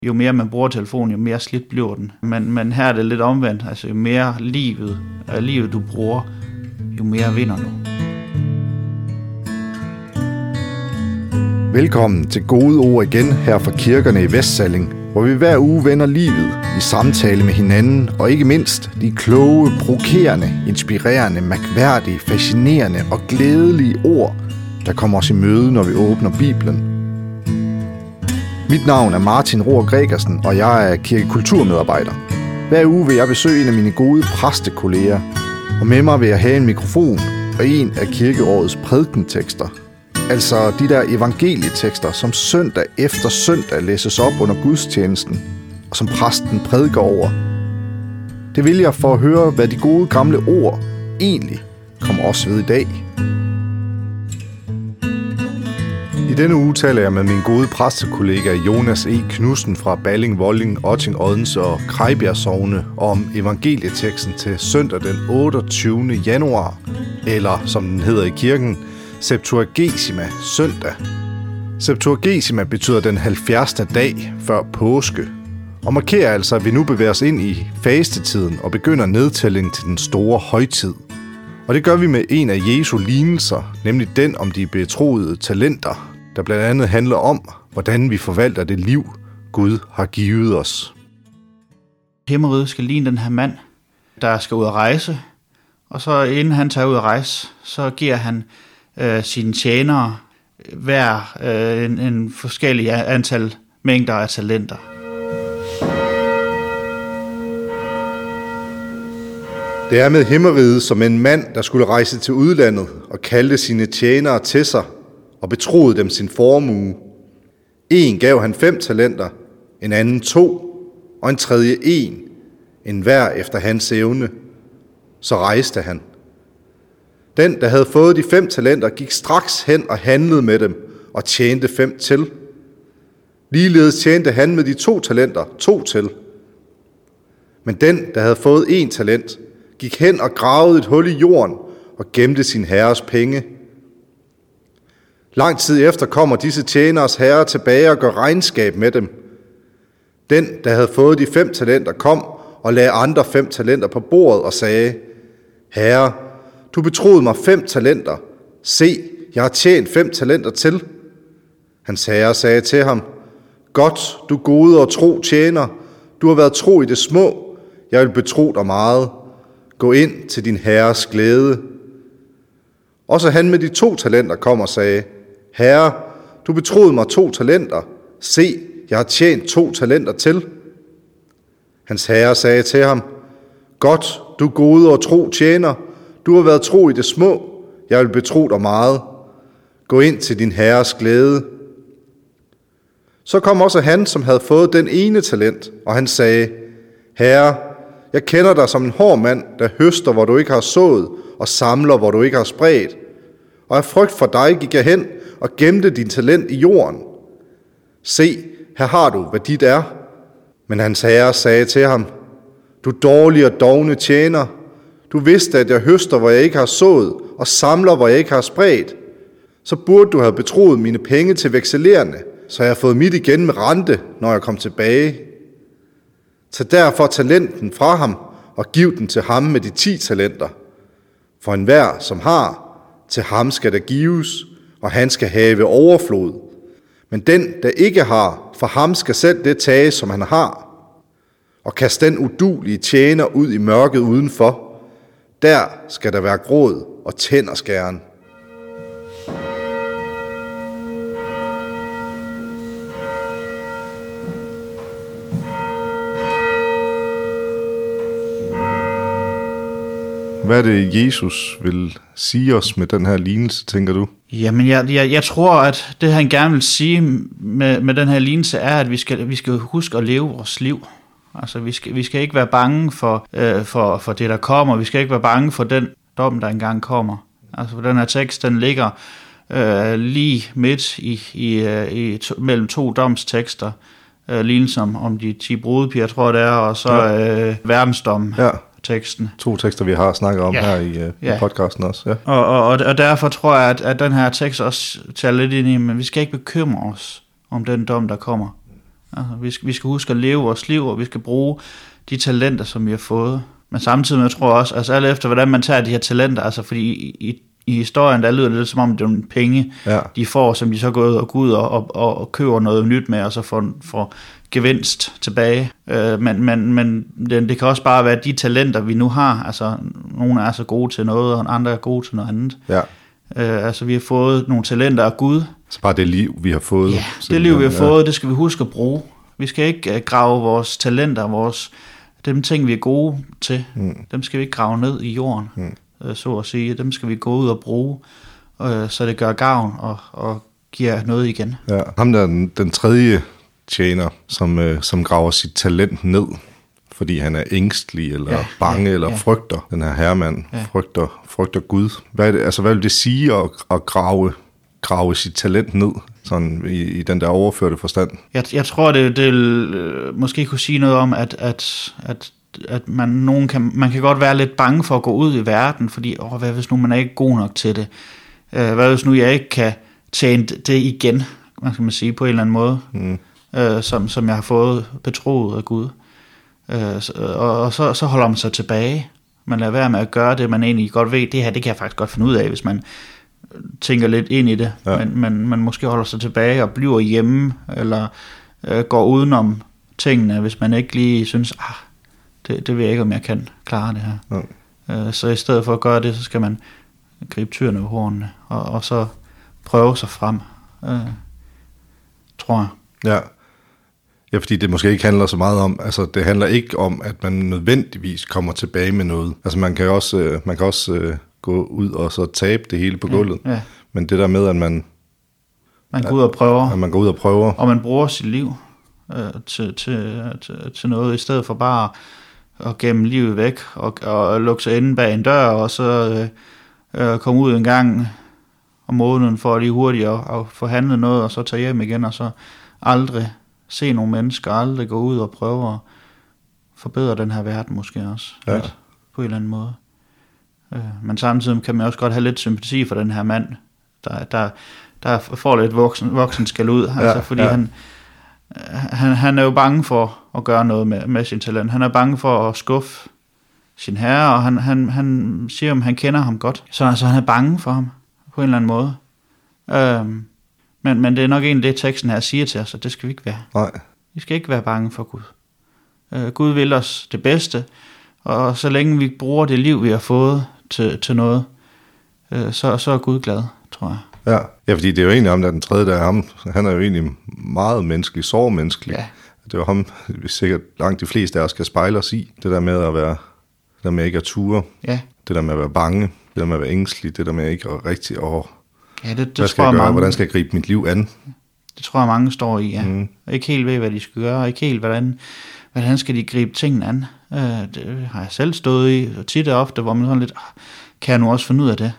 Jo mere man bruger telefonen, jo mere slidt bliver den. Men her er det lidt omvendt. Altså jo mere livet du bruger, jo mere vinder du. Velkommen til Gode Ord igen her fra kirkerne i Vestsalling, hvor vi hver uge vender livet i samtale med hinanden, og ikke mindst de kloge, provokerende, inspirerende, mærkværdige, fascinerende og glædelige ord, der kommer os i møde, når vi åbner Bibelen. Mit navn er Martin Roar Gregersen, og jeg er kirkekulturmedarbejder. Hver uge vil jeg besøge en af mine gode præstekolleger, og med mig vil jeg have en mikrofon og en af kirkerådets prædikentekster. Altså de der evangelietekster, som søndag efter søndag læses op under gudstjenesten, og som præsten prædiker over. Det vil jeg for at høre, hvad de gode gamle ord egentlig kommer os ved i dag. I denne uge taler jeg med min gode præstekollega Jonas E. Knudsen fra Balling, Volding, Otting, Odense og Krejbjerg sogne om evangelieteksten til søndag den 28. januar, eller som den hedder i kirken, Septuagesima søndag. Septuagesima betyder den 70. dag før påske, og markerer altså, at vi nu bevæger os ind i fastetiden og begynder nedtællingen til den store højtid. Og det gør vi med en af Jesu lignelser, nemlig den om de betroede talenter, der blandt andet handler om, hvordan vi forvalter det liv, Gud har givet os. Himmeriget skal ligne den her mand, der skal ud at rejse, og så inden han tager ud at rejse, så giver han sine tjenere hver en forskellig antal mængder af talenter. Det er med himmeriget som en mand, der skulle rejse til udlandet og kaldte sine tjenere til sig og betroede dem sin formue. En gav han 5 talenter, en anden 2, og en tredje 1, en hver efter hans evne. Så rejste han. Den, der havde fået de 5 talenter, gik straks hen og handlede med dem og tjente 5 til. Ligeledes tjente han med de 2 talenter 2 til. Men den, der havde fået 1 talent, gik hen og gravede et hul i jorden og gemte sin herres penge. Lang tid efter kommer disse tjeneres herre tilbage og gør regnskab med dem. Den, der havde fået de 5 talenter, kom og lagde andre 5 talenter på bordet og sagde: Herre, du betroede mig 5 talenter. Se, jeg har tjent 5 talenter til. Hans herre sagde til ham: Godt, du gode og tro tjener. Du har været tro i det små. Jeg vil betro dig meget. Gå ind til din herres glæde. Også han med de 2 talenter kom og sagde: Herre, du betroede mig 2 talenter. Se, jeg har tjent 2 talenter til. Hans herre sagde til ham: Godt, du gode og tro tjener. Du har været tro i det små. Jeg vil betro dig meget. Gå ind til din herres glæde. Så kom også han, som havde fået den ene talent, og han sagde: Herre, jeg kender dig som en hård mand, der høster, hvor du ikke har sået, og samler, hvor du ikke har spredt. Og af frygt for dig gik jeg hen og gemte din talent i jorden. Se, her har du, hvad dit er. Men hans herre sagde til ham: Du dårlige og dovne tjener. Du vidste, at jeg høster, hvor jeg ikke har sået, og samler, hvor jeg ikke har spredt. Så burde du have betroet mine penge til vekselerende, så jeg har fået mit igen med rente, når jeg kom tilbage. Tag derfor talenten fra ham, og giv den til ham med de 10 talenter. For enhver, som har, til ham skal der gives, og han skal have overflod. Men den, der ikke har, for ham skal selv det tage, som han har. Og kast den uduelige tjener ud i mørket udenfor. Der skal der være gråd og tænderskæren. Hvad er det, Jesus vil sige os med den her lignelse, tænker du? Jamen, jeg tror, at det han gerne vil sige med den her lignelse er, at vi skal huske at leve vores liv. Altså, vi skal ikke være bange for det, der kommer. Vi skal ikke være bange for den dom, der engang kommer. Altså, for den her tekst, den ligger lige midt mellem 2 domstekster. Lignelsen om de 10 brudepiger, tror jeg det er, og så verdensdommen. Ja. Teksten. 2 tekster, vi har snakket om her i podcasten også. Ja. Og derfor tror jeg, at den her tekst også tager lidt ind i, men vi skal ikke bekymre os om den dom, der kommer. Altså, vi skal huske at leve vores liv, og vi skal bruge de talenter, som vi har fået. Men samtidig, jeg tror også, altså alt efter, hvordan man tager de her talenter, altså fordi i historien, der lyder det lidt som om, det er nogle penge, de får, som de så går ud og køber noget nyt med, og så får gevinst tilbage. Men det kan også bare være de talenter, vi nu har. Altså, nogle er så gode til noget, og andre er gode til noget andet. Ja. Altså, vi har fået nogle talenter af Gud. Så bare det liv, vi har fået. Ja, det liv, vi har fået, det skal vi huske at bruge. Vi skal ikke grave vores talenter, dem ting, vi er gode til, dem skal vi ikke grave ned i jorden, så at sige. Dem skal vi gå ud og bruge, så det gør gavn og giver noget igen. Ja. Ham der den tredje tjener, som graver sit talent ned, fordi han er ængstelig, eller bange, eller frygter den her herremand, frygter Gud. Hvad vil det sige at grave sit talent ned, sådan i den der overførte forstand? Jeg tror, det måske kunne sige noget om, at man kan godt være lidt bange for at gå ud i verden, fordi hvad hvis nu man er ikke god nok til det? Hvad hvis nu jeg ikke kan tjene det igen, hvad skal man sige, på en eller anden måde, som jeg har fået betroet af Gud. Og så holder man sig tilbage. Man lader være med at gøre det, man egentlig godt ved, det her, det kan jeg faktisk godt finde ud af, hvis man tænker lidt ind i det, men man måske holder sig tilbage og bliver hjemme, eller går udenom tingene, hvis man ikke lige synes, det ved jeg ikke, om jeg kan klare det her. Så i stedet for at gøre det, så skal man gribe tyrene ved hornene, og så prøve sig frem, tror jeg. Ja, fordi det måske ikke handler så meget om, altså det handler ikke om, at man nødvendigvis kommer tilbage med noget. Altså man kan også gå ud og så tabe det hele på gulvet. Ja. Men det der med, at man går ud og prøver. At man går ud og prøver. Og man bruger sit liv til noget, i stedet for bare at gemme livet væk og lukke sig inde bag en dør, og så komme ud en gang om måneden for lige hurtigt at få handlet noget, og så tage hjem igen, og så aldrig se nogle mennesker, aldrig gå ud og prøve at forbedre den her verden måske også. Lidt, på en eller anden måde. Men samtidig kan man også godt have lidt sympati for den her mand, der får lidt voksen skal ud, altså, fordi han er jo bange for at gøre noget med sin talent. Han er bange for at skuffe sin herre, og han siger, at han kender ham godt. Så altså, han er bange for ham på en eller anden måde. Men det er nok egentlig det, teksten her siger til os, at det skal vi ikke være. Nej. Vi skal ikke være bange for Gud. Gud vil os det bedste, og så længe vi bruger det liv, vi har fået til noget, så er Gud glad, tror jeg. Ja, fordi det er jo egentlig ham, der er den tredje, der er ham. Han er jo egentlig meget menneskelig, sårmenneskelig. Ja. Det var ham, vi sikkert langt de fleste af os kan spejle os i. Det der med at være, det der med ikke at ture, det der med at være bange, det der med at være ængstelig, det der med ikke at rigtig hvad skal jeg gøre? Hvordan skal jeg gribe mit liv an? Det tror jeg, mange står i, Ikke helt ved, hvad de skal gøre, ikke helt, hvordan skal de gribe tingene an. Det har jeg selv stået i, og tit og ofte, hvor man sådan lidt, kan jeg nu også finde ud af det?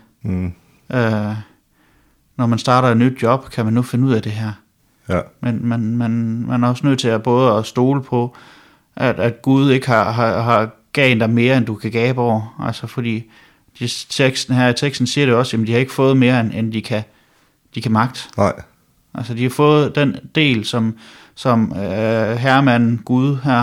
Når man starter et nyt job, kan man nu finde ud af det her. Ja. Men man er også nødt til at både at stole på, at Gud ikke har gav dig mere, end du kan gabe over. Altså fordi teksten siger det også, at de har ikke fået mere, end de kan magt. Nej. Altså de har fået den del, som herremanden Gud her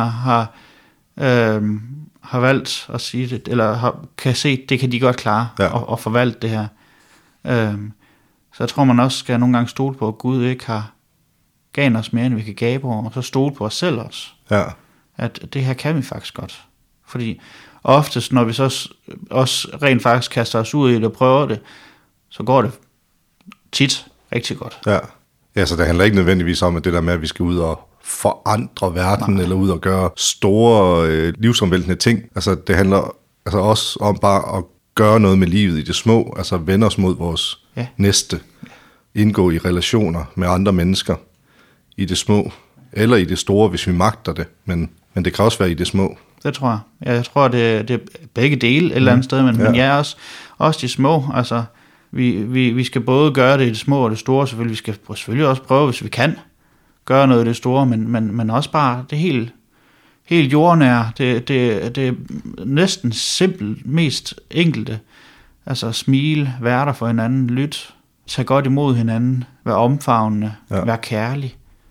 har valgt at sige det, eller kan se, det kan de godt klare, og forvalte det her. Så jeg tror, man også skal nogle gange stole på, at Gud ikke har gav os mere, end vi kan gabe over, og så stole på os selv også. Ja. At det her kan vi faktisk godt. Fordi oftest, når vi så også rent faktisk kaster os ud i det og prøver det, så går det tit rigtig godt. Ja, så det handler ikke nødvendigvis om, at det der med, at vi skal ud og forandre verden, eller ud og gøre store livsomvæltende ting. Altså det handler altså også om bare at gøre noget med livet i det små, altså vende os mod vores næste, indgå i relationer med andre mennesker i det små, eller i det store, hvis vi magter det, men det kan også være i det små. Det tror jeg. Jeg tror, det er begge dele et eller andet sted, men også de små. Altså, vi skal både gøre det i det små og det store, selvfølgelig. Vi skal selvfølgelig også prøve, hvis vi kan, gøre noget i det store, men også bare det helt jordnære, det er næsten simpelt, mest enkelte. Altså smile, være der for hinanden, lyt, tage godt imod hinanden, være omfavnende, være kærlig.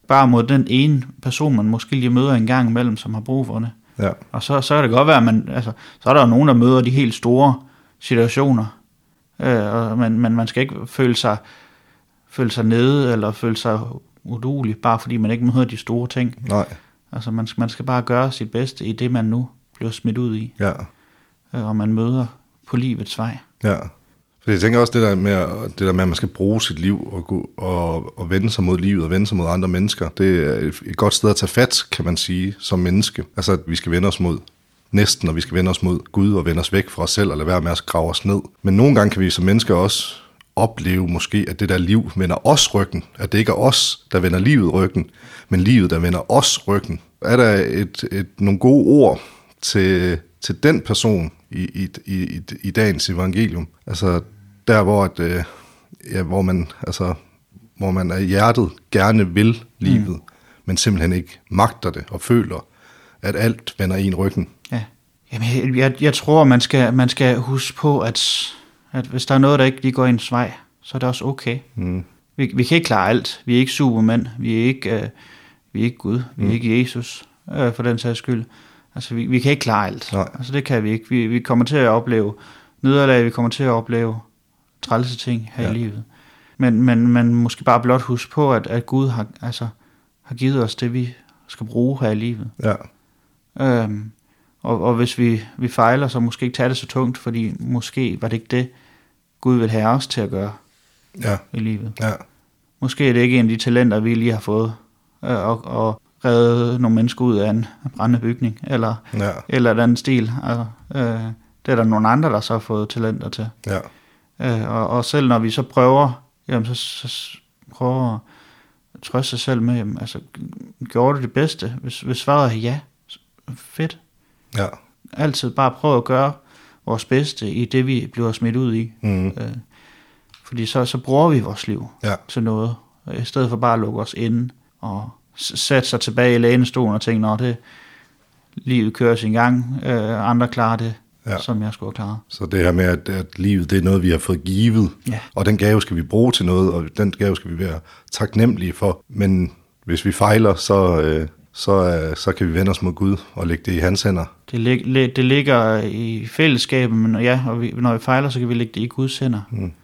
bare mod den ene person, man måske lige møder en gang imellem, som har brug for det. Ja. Og så kan det godt være, at så er der jo nogen, der møder de helt store situationer, men man skal ikke føle sig nede, eller føle sig uduelig, bare fordi man ikke møder de store ting. Nej. Altså man skal bare gøre sit bedste i det, man nu bliver smidt ud i. Ja. Og man møder på livets vej. Ja. For jeg tænker også det der med, at man skal bruge sit liv og vende sig mod livet og vende sig mod andre mennesker. Det er et godt sted at tage fat, kan man sige, som menneske. Altså, at vi skal vende os mod næsten, og vi skal vende os mod Gud og vende os væk fra os selv og lade være med at grave os ned. Men nogle gange kan vi som mennesker også opleve måske, at det der liv vender os ryggen. At det ikke er os, der vender livet ryggen, men livet, der vender os ryggen. Er der nogle gode ord til den person i dagens evangelium? Altså der, hvor man af hjertet gerne vil livet, men simpelthen ikke magter det og føler, at alt vender en ryggen. Ja. Jamen, jeg tror, man skal huske på, at hvis der er noget, der ikke lige går ens vej, så er det også okay. Vi kan ikke klare alt. Vi er ikke Superman. Vi er ikke Gud. Vi er ikke Jesus, for den sags skyld. Altså, vi kan ikke klare alt. Nej. Altså, det kan vi ikke. Vi kommer til at opleve nederlag, vi kommer til at opleve trælse ting her i livet. Men måske bare blot huske på, at Gud har givet os det, vi skal bruge her i livet. Ja. Og hvis vi fejler, så måske ikke tage det så tungt, fordi måske var det ikke det, Gud vil have os til at gøre i livet. Ja. Måske er det ikke en af de talenter, vi lige har fået, og redde nogle mennesker ud af en brændende bygning, eller et andet stil. Altså, det er der nogle andre, der så har fået talenter til. Ja. Og selv når vi så prøver, jamen så prøver at trøste sig selv med, jamen, altså, gjorde du det bedste? Hvis svaret er ja, fedt. Ja. Altid bare prøve at gøre vores bedste i det, vi bliver smidt ud i. Fordi så bruger vi vores liv til noget, i stedet for bare at lukke os inde og sætte sig tilbage i lænestolen og tænke, nå, det livet kører sin gang, andre klarer det, som jeg skulle have klaret. Så det her med, at livet, det er noget, vi har fået givet, og den gave skal vi bruge til noget, og den gave skal vi være taknemmelige for. Men hvis vi fejler, så kan vi vende os mod Gud og lægge det i hans hænder. Det ligger i fællesskabet, men og når vi fejler, så kan vi lægge det i Guds hænder.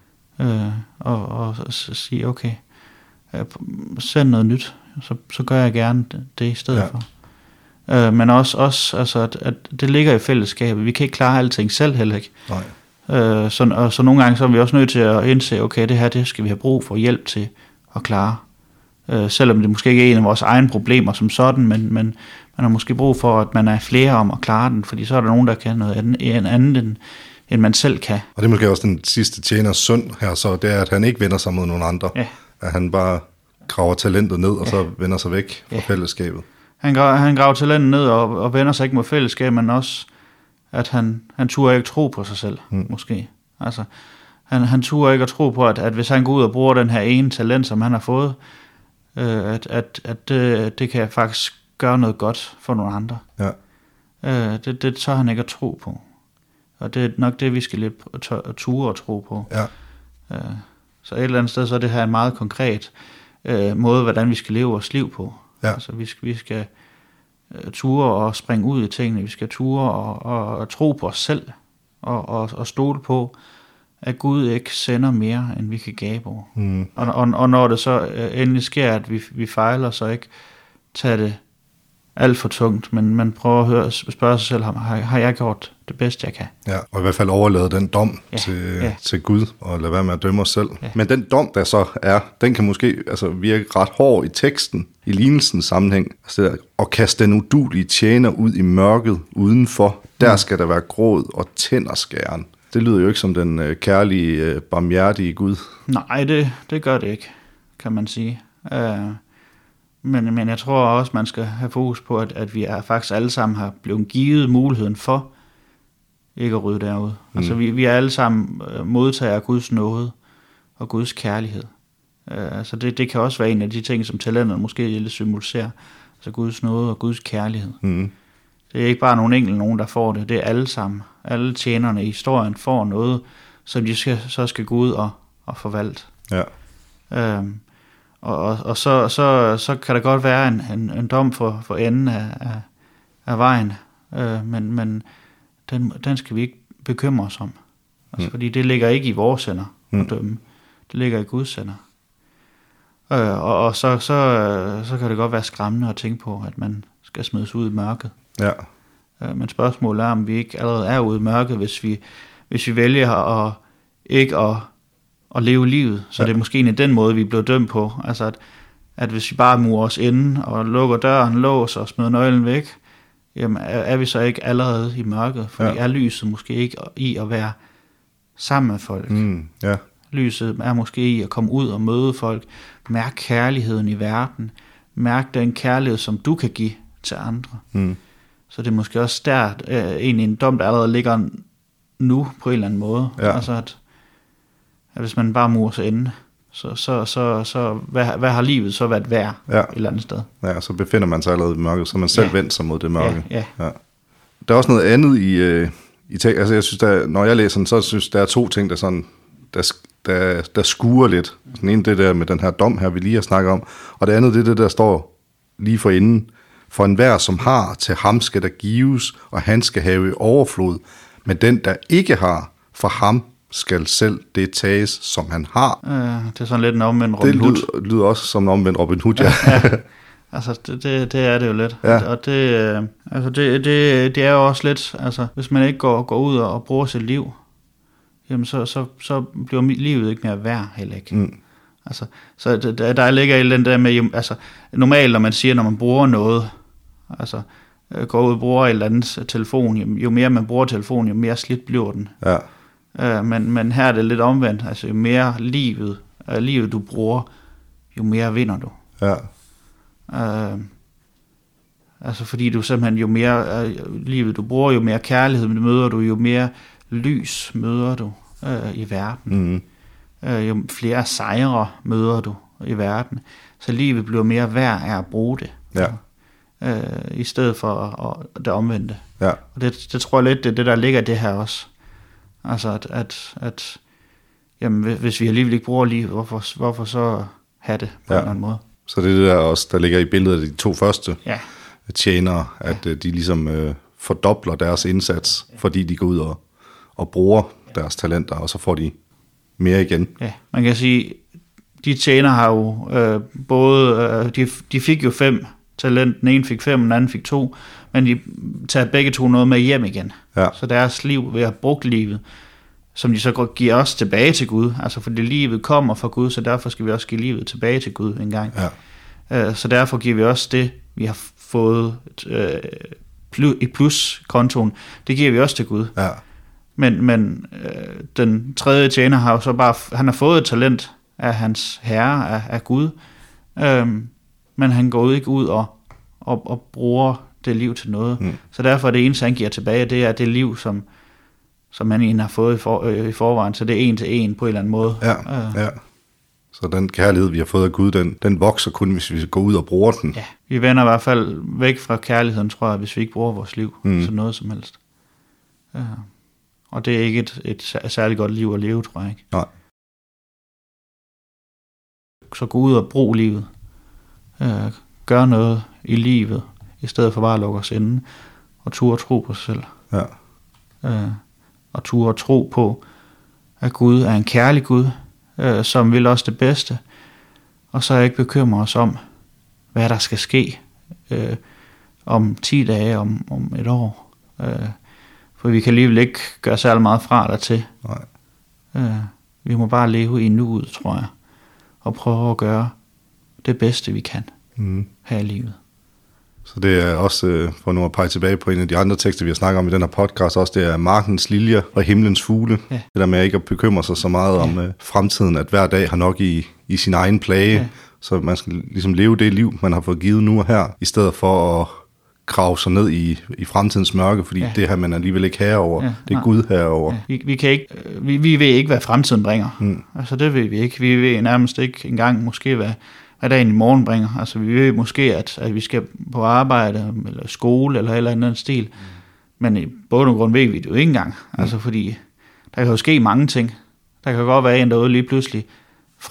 Og sige, okay, send noget nyt, så gør jeg gerne det i stedet for. Men også altså, at det ligger i fællesskabet. Vi kan ikke klare alting selv heller ikke. Nej. Så nogle gange så er vi også nødt til at indse, okay, det her, det skal vi have brug for hjælp til at klare. Selvom det måske ikke er en af vores egne problemer som sådan, men man har måske brug for, at man er flere om at klare den, fordi så er der nogen, der kan noget andet, end man selv kan. Og det er måske også den sidste tjeners synd her, så det er, at han ikke vender sig mod nogen andre. Ja. At han bare graver talentet ned, og så vender sig væk fra fællesskabet. Han graver talentet ned og vender sig ikke mod fællesskabet, men også, at han turde ikke tro på sig selv, måske. Altså, han turde ikke at tro på, at hvis han går ud og bruger den her ene talent, som han har fået, at det kan faktisk gøre noget godt for nogle andre. Ja. Det tør han ikke at tro på. Og det er nok det, vi skal lidt ture og tro på. Ja. Så et eller andet sted, så er det her en meget konkret måde, hvordan vi skal leve vores liv på. Ja. Altså, vi skal ture og springe ud i tingene. Vi skal ture og tro på os selv. Og stole på, at Gud ikke sender mere, end vi kan gabe over. Og når det så endelig sker, at vi fejler, så ikke tage det alt for tungt, men man prøver at spørge sig selv, har jeg gjort det bedste, jeg kan? Ja, og i hvert fald overlade den dom til Gud, og lade være med at dømme os selv. Ja. Men den dom, der så er, den kan måske virke ret hård i teksten, i lignelsens sammenhæng, altså, og kaste den uduelige tjener ud i mørket udenfor, der skal der være gråd og tænderskæren. Det lyder jo ikke som den kærlige, barmhjertige Gud. Nej, det gør det ikke, kan man sige. Men jeg tror også, man skal have fokus på, at vi faktisk alle sammen har blevet givet muligheden for ikke at rydde derude. Altså vi er alle sammen modtagere af Guds nåde og Guds kærlighed. Altså det kan også være en af de ting, som talenterne måske lidt symboliserer. Altså Guds nåde og Guds kærlighed. Det er ikke bare nogen, der får det. Det er alle sammen. Alle tjenerne i historien får noget, som de så skal gå ud og forvalte. Ja. Og så kan der godt være en dom for enden af vejen, men den skal vi ikke bekymre os om. Altså, fordi det ligger ikke i vores hænder at dømme. Det ligger i Guds hænder. Og så kan det godt være skræmmende at tænke på, at man skal smides ud i mørket. Ja. Men spørgsmålet er, om vi ikke allerede er ude i mørket, hvis vi vælger at leve livet. Så det er måske en af den måde, vi er blevet dømt på. Altså, at hvis vi bare murer os inde og lukker døren, låser og smider nøglen væk, jamen er vi så ikke allerede i mørket? Fordi er lyset måske ikke i at være sammen med folk. Ja. Lyset er måske i at komme ud og møde folk, mærke kærligheden i verden, mærke den kærlighed, som du kan give til andre. Så det er måske også der egentlig en dom, der allerede ligger nu på en eller anden måde. Ja. Altså at hvis man bare murer sig inde, så hvad har livet så været værd et eller andet sted? Ja, så befinder man sig allerede i mørket, så man selv vendt sig mod det mørke. Ja. Der er også noget andet i tekst. Altså jeg synes, når jeg læser den, så synes der er to ting, der sådan der skuer lidt. Den ene, det der med den her dom her, vi lige har snakket om, og det andet, det der står lige for inden. For enhver, som har, til ham skal der gives, og han skal have i overflod. Men den, der ikke har, for ham skal selv det tages, som han har. Det er sådan lidt en omvendt Robin Hood. Det lyder også som en omvendt Robin Hood, ja. Altså, det er det jo lidt. Ja. Og det er jo også lidt, altså, hvis man ikke går ud og bruger sit liv, jamen så bliver livet ikke mere værd heller ikke. Altså, så der ligger et eller andet der med, altså, normalt når man siger, når man bruger noget, altså, går ud og bruger et eller andet telefon, jo mere man bruger telefonen, jo mere slidt bliver den. Ja. Men her er det lidt omvendt, altså jo mere livet du bruger, jo mere vinder du. Ja. Altså fordi du simpelthen, jo mere livet du bruger, jo mere kærlighed møder du, jo mere lys møder du i verden. Jo flere sejre møder du i verden. Så livet bliver mere værd af at bruge det. Ja. I stedet for det omvendte. Ja. Og det tror jeg lidt, det er det, der ligger i det her også. Altså at jamen, hvis vi alligevel ikke bruger livet, hvorfor så have det på en eller anden måde? Så det er det der også, der ligger i billedet af de to første tjenere, at de ligesom fordobler deres indsats, fordi de går ud og bruger deres talenter, og så får de mere igen. Ja, man kan sige, de tjenere har jo både, de fik jo 5 talent, den ene fik 5, den anden fik 2, men de tager begge 2 noget med hjem igen. Ja. Så deres liv ved at bruge livet, som de så giver os tilbage til Gud, altså fordi livet kommer fra Gud, så derfor skal vi også give livet tilbage til Gud en gang. Ja. Så derfor giver vi også det, vi har fået i pluskontoen, det giver vi også til Gud. Ja. Men den tredje tjener har jo så bare, han har fået et talent af hans herre, af Gud, men han går ikke ud og bruger det liv til noget. Så derfor er det eneste, han giver tilbage, det er det liv, som han egentlig har fået i forvejen, så det er 1 til 1 på en eller anden måde. Ja. Så den kærlighed, vi har fået af Gud, den vokser kun, hvis vi går ud og bruger den. Ja, vi vender i hvert fald væk fra kærligheden, tror jeg, hvis vi ikke bruger vores liv til noget som helst. Og det er ikke et særligt godt liv at leve, tror jeg ikke. Nej. Så gå ud og brug livet. Gør noget i livet, i stedet for bare at lukke os inde, og turde tro på sig selv. Ja. Og turde tro på, at Gud er en kærlig Gud, som vil os det bedste, og så ikke bekymre os om, hvad der skal ske om 10 dage, om et år. For vi kan alligevel ikke gøre særlig meget fra dertil. Nej. Vi må bare leve i nuet, tror jeg, og prøve at gøre det bedste, vi kan her i livet. Så det er også, for nu at pege tilbage på en af de andre tekster, vi har snakket om i den her podcast, også det er markens liljer og himlens fugle. Ja. Det der med ikke at bekymre sig så meget om fremtiden, at hver dag har nok i sin egen plage. Ja. Så man skal ligesom leve det liv, man har fået givet nu og her, i stedet for at grave sig ned i fremtidens mørke, fordi det her man alligevel ikke herover. Ja, det er Gud herover. Ja. Vi kan ikke, vi ved ikke, hvad fremtiden bringer. Altså det ved vi ikke. Vi ved nærmest ikke engang måske, hvad dagen i morgen bringer. Altså vi ved måske, at vi skal på arbejde, eller skole, eller et eller andet stil. Men i bund og grund ved vi det jo ikke engang. Altså fordi, der kan jo ske mange ting. Der kan godt være en derude lige pludselig, fra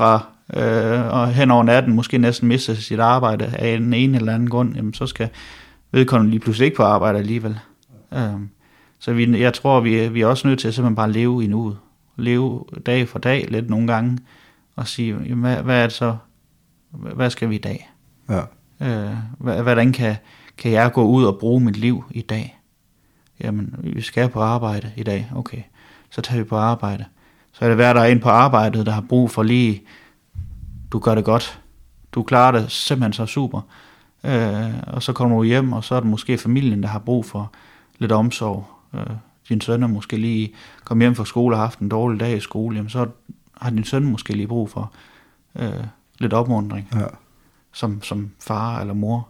og hen over natten måske næsten mister sit arbejde af en eller anden grund, jamen så skal vedkommende lige pludselig ikke på arbejde alligevel. Så jeg tror, vi er også nødt til at simpelthen bare leve i nuet. Leve dag for dag lidt nogle gange, og sige, hvad er det så? Hvad skal vi i dag? Ja. Hvordan kan jeg gå ud og bruge mit liv i dag? Jamen, vi skal på arbejde i dag. Okay, så tager vi på arbejde. Så er det værd, der er en på arbejdet, der har brug for lige, du gør det godt. Du klarer det simpelthen så super. Og så kommer du hjem, og så er det måske familien, der har brug for lidt omsorg. Din søn er måske lige kommet hjem fra skole og haft en dårlig dag i skole. Jamen, så har din søn måske lige brug for lidt opmuntring. Ja. Som far eller mor.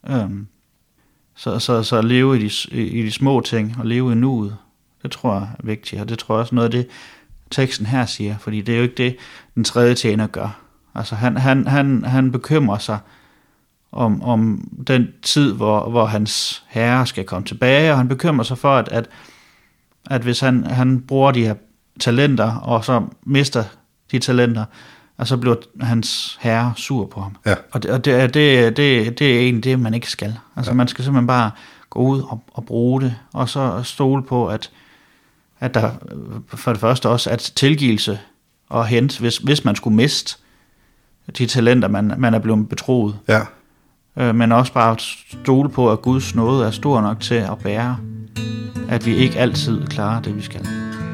Så at leve i de små ting, og leve i nuet, det tror jeg er vigtigt, og det tror jeg også noget af det, teksten her siger, fordi det er jo ikke det, den tredje tjener gør. Altså han bekymrer sig om den tid, hvor hans herre skal komme tilbage, og han bekymrer sig for, at hvis han bruger de her talenter, og så mister de talenter, og så bliver hans herre sur på ham. Ja. Og det er egentlig det, man ikke skal. Altså man skal simpelthen bare gå ud og bruge det, og så stole på, at der for det første også er tilgivelse og hente, hvis man skulle miste de talenter, man er blevet betroet. Ja. Men også bare stole på, at Guds nåde er stor nok til at bære, at vi ikke altid klarer det, vi skal.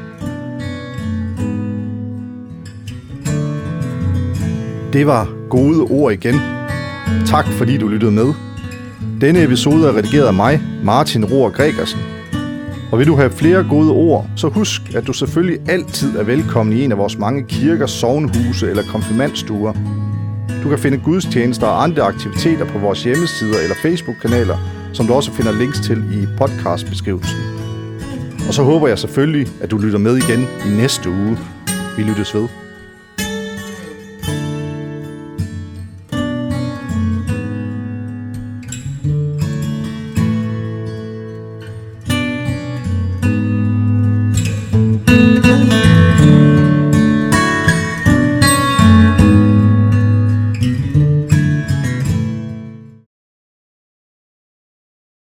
Det var gode ord igen. Tak fordi du lyttede med. Denne episode er redigeret af mig, Martin Roar Gregersen. Og vil du have flere gode ord, så husk, at du selvfølgelig altid er velkommen i en af vores mange kirker, sognehuse eller konfirmandstuer. Du kan finde gudstjenester og andre aktiviteter på vores hjemmesider eller Facebook-kanaler, som du også finder links til i podcastbeskrivelsen. Og så håber jeg selvfølgelig, at du lytter med igen i næste uge. Vi lyttes ved.